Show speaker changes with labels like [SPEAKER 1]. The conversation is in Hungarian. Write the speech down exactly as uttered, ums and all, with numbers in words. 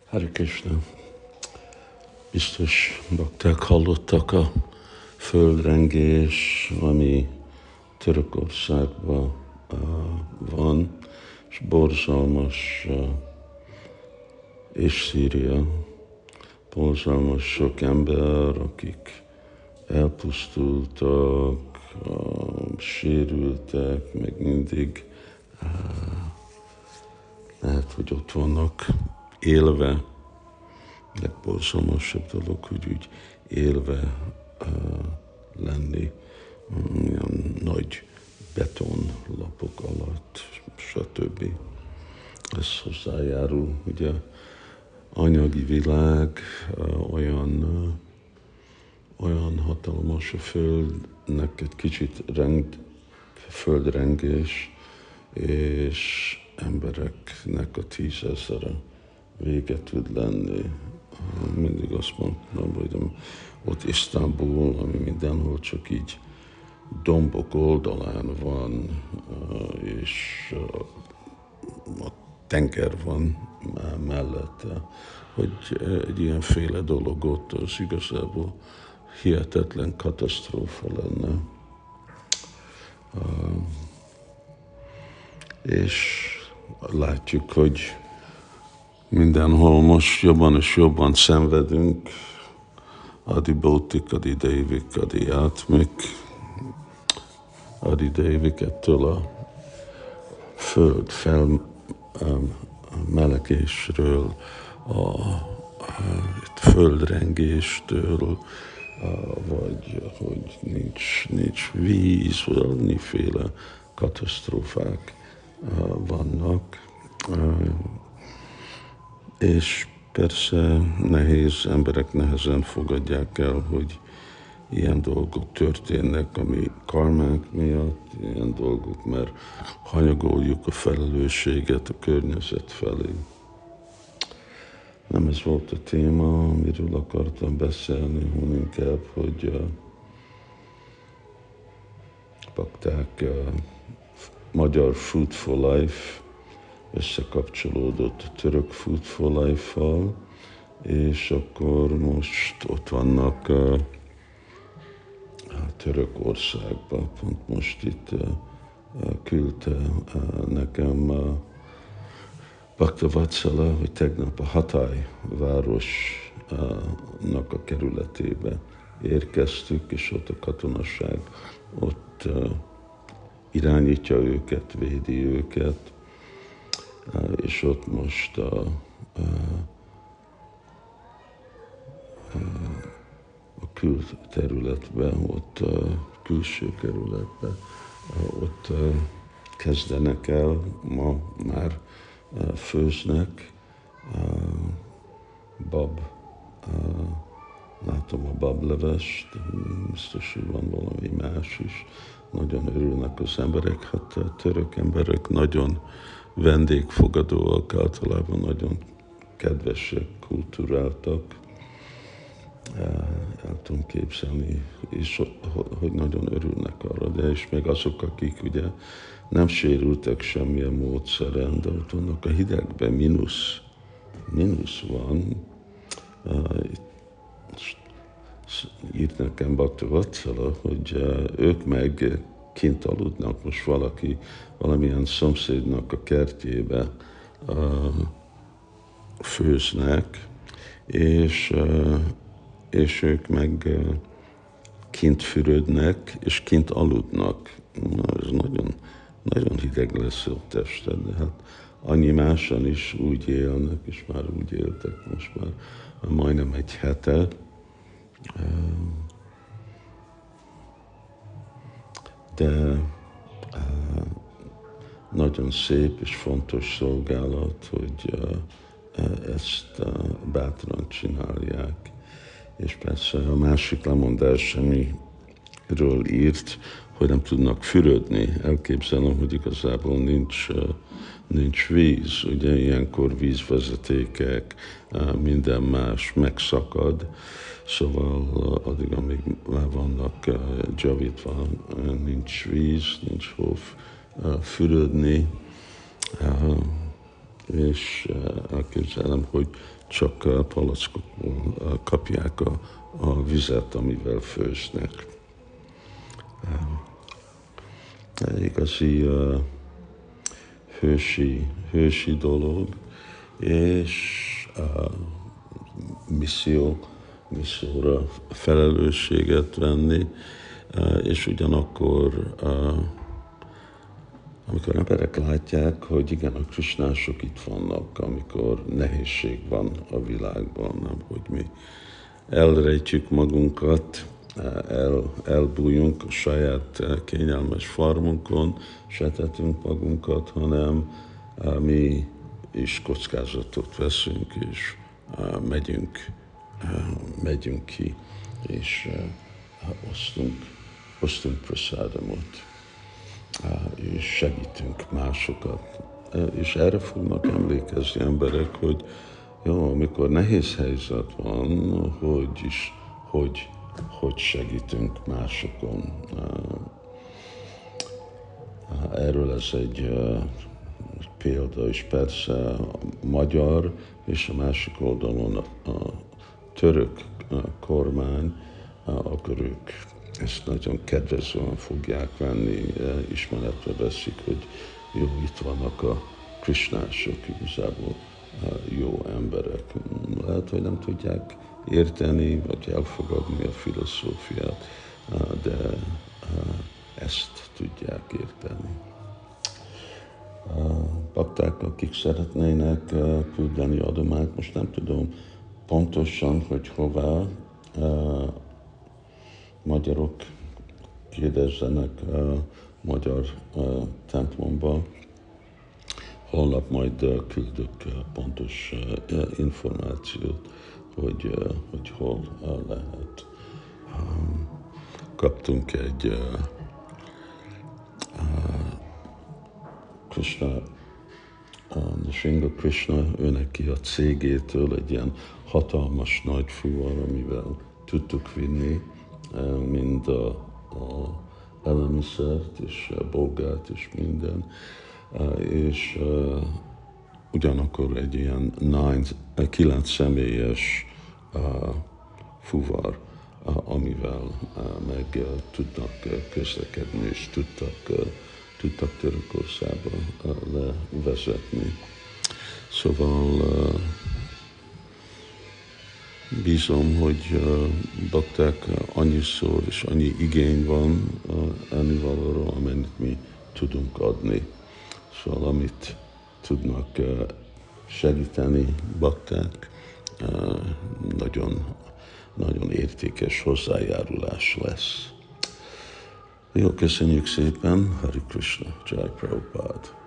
[SPEAKER 1] Hare Krishna. Biztos bakták hallottak a földrengés, ami Törökországban uh, van, és borzalmas, uh, és Szíria, borzalmas sok ember, akik elpusztultak, uh, sérültek, meg mindig uh, lehet, hogy ott vannak élve. Legborzalmasabb dolog, hogy úgy élve uh, lenni olyan nagy betonlapok alatt, stb. Ez hozzájárul, ugye anyagi világ uh, olyan, uh, olyan hatalmas a földnek egy kicsit reng, földrengés, és embereknek a tízezere vége tud lenni. Mindig azt mondtam, hogy ott Isztambul, ami mindenhol csak így dombok oldalán van, és a tenger van mellette, hogy egy ilyenféle dolog ott az igazából hihetetlen katasztrófa lenne. És látjuk, hogy mindenhol most jobban és jobban szenvedünk, adi bautik, adi deivik, adi átmik, adi deivik ettől a föld felmelegésről, a, a földrengéstől, vagy hogy nincs, nincs víz, vagy annyiféle katasztrófák vannak. És persze nehéz, emberek nehezen fogadják el, hogy ilyen dolgok történnek, ami karmánk miatt, ilyen dolgok, mert hanyagoljuk a felelősséget a környezet felé. Nem ez volt a téma, amiről akartam beszélni, hanem inkább, hogy uh, bakták uh, magyar Food for Life összekapcsolódott a török Food for Life-val, és akkor most ott vannak a, a Törökországban. Pont most itt a, a küldte a, nekem a Bhakta Vatsala, hogy tegnap a Hatay városnak a kerületébe érkeztük, és ott a katonaság ott a, irányítja őket, védi őket, és ott most a, a, a külterületben, ott a külső kerületben, ott kezdenek el, ma már főznek, bab, látom a bablevest, biztos, hogy van valami más is, nagyon örülnek az emberek, hát a török emberek nagyon vendégfogadóak, általában nagyon kedvesek, kulturáltak. El tudom képzelni, és hogy nagyon örülnek arra, de és még azok, akik ugye nem sérültek semmilyen módszeren, de ott vannak a hidegben, mínusz, mínusz van. Írt nekem Bhakta Vatsala, hogy ők meg kint aludnak, most valaki valamilyen szomszédnak a kertjébe uh, főznek, és, uh, és ők meg uh, kint fürödnek, és kint aludnak. Na, ez nagyon, nagyon hideg lesz a tested, de hát annyi másan is úgy élnek, és már úgy éltek most már majdnem egy hete. Uh, de uh, nagyon szép és fontos szolgálat, hogy uh, ezt uh, bátran csinálják. És persze a másik lemondás, amiről írt, hogy nem tudnak fürödni. Elképzelem, hogy igazából nincs, uh, nincs víz. Ugye ilyenkor vízvezetékek, uh, minden más megszakad. Szóval addig, amíg már vannak uh, javítva, uh, nincs víz, nincs hov uh, fürödni, uh, és elképzelem, hogy csak palackokból kapják a, a vizet, amivel főznek. Igazi uh, hősi, hősi dolog, és uh, misszió, misszióra felelősséget venni, uh, és ugyanakkor uh, amikor emberek látják, hogy igen, a krisnások itt vannak, amikor nehézség van a világban, nem, hogy mi elrejtjük magunkat, el, elbújjunk a saját kényelmes farmunkon, setetünk magunkat, hanem mi is kockázatot veszünk, és megyünk, megyünk ki, és osztunk, osztunk prasádamot, és segítünk másokat. És erre fognak emlékezni emberek, hogy jó, amikor nehéz helyzet van, hogy is, hogy, hogy segítünk másokon. Erről ez egy példa, és persze a magyar és a másik oldalon a, a török kormány, akkor ők ezt nagyon kedvezően fogják venni, ismeretre veszik, hogy jó, itt vannak a krisnások, igazából jó emberek. Lehet, hogy nem tudják érteni, vagy elfogadni a filozófiát, de ezt tudják érteni. Bakták, akik szeretnének küldeni adományt, most nem tudom pontosan, hogy hová, magyarok kérdezzenek a magyar templomba, holnap majd küldök pontos információt, hogy, hogy hol lehet. Kaptunk egy Krishna, Nrsinga Krishna, ő neki a cégétől egy ilyen hatalmas nagy fuvar, amivel tudtuk vinni mind a, a elemiszert, és a bogát, és minden. És uh, ugyanakkor egy ilyen nine, kilenc személyes uh, fuvar, uh, amivel uh, meg uh, tudnak uh, közlekedni, és tudtak, uh, tudtak Törökországba uh, levezetni. Szóval uh, bízom, hogy uh, bakták uh, annyiszor és annyi igény van uh, ennivalóra, amennyit mi tudunk adni. Szóval amit tudnak uh, segíteni bakták, uh, nagyon, nagyon értékes hozzájárulás lesz. Jó, köszönjük szépen, Hari Krishna, Jai Prabhupada.